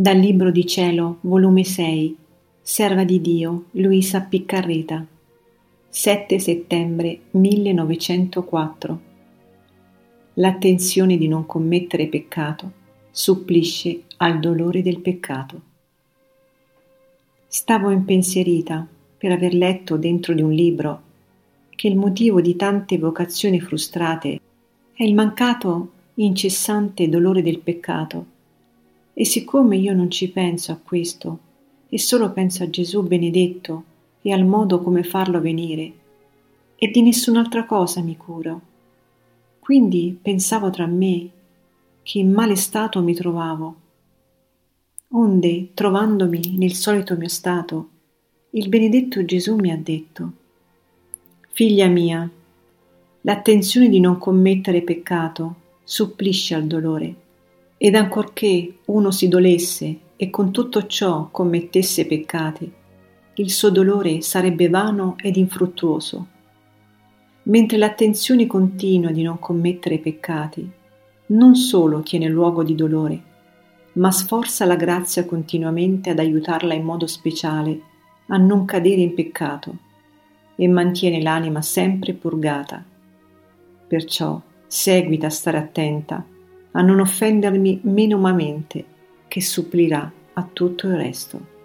Dal Libro di Cielo, volume 6, Serva di Dio, Luisa Piccarreta, 7 settembre 1904. L'attenzione di non commettere peccato supplisce al dolore del peccato. Stavo impensierita per aver letto dentro di un libro che il motivo di tante vocazioni frustrate è il mancato incessante dolore del peccato. E siccome io non ci penso a questo e solo penso a Gesù benedetto e al modo come farlo venire, e di nessun'altra cosa mi curo, quindi pensavo tra me che in male stato mi trovavo. Onde, trovandomi nel solito mio stato, il benedetto Gesù mi ha detto: «Figlia mia, l'attenzione di non commettere peccato supplisce al dolore, ed ancorché uno si dolesse e con tutto ciò commettesse peccati, il suo dolore sarebbe vano ed infruttuoso, mentre l'attenzione continua di non commettere peccati non solo tiene luogo di dolore, ma sforza la grazia continuamente ad aiutarla in modo speciale a non cadere in peccato e mantiene l'anima sempre purgata. Perciò seguita a stare attenta a non offendermi menomamente, che supplirà a tutto il resto».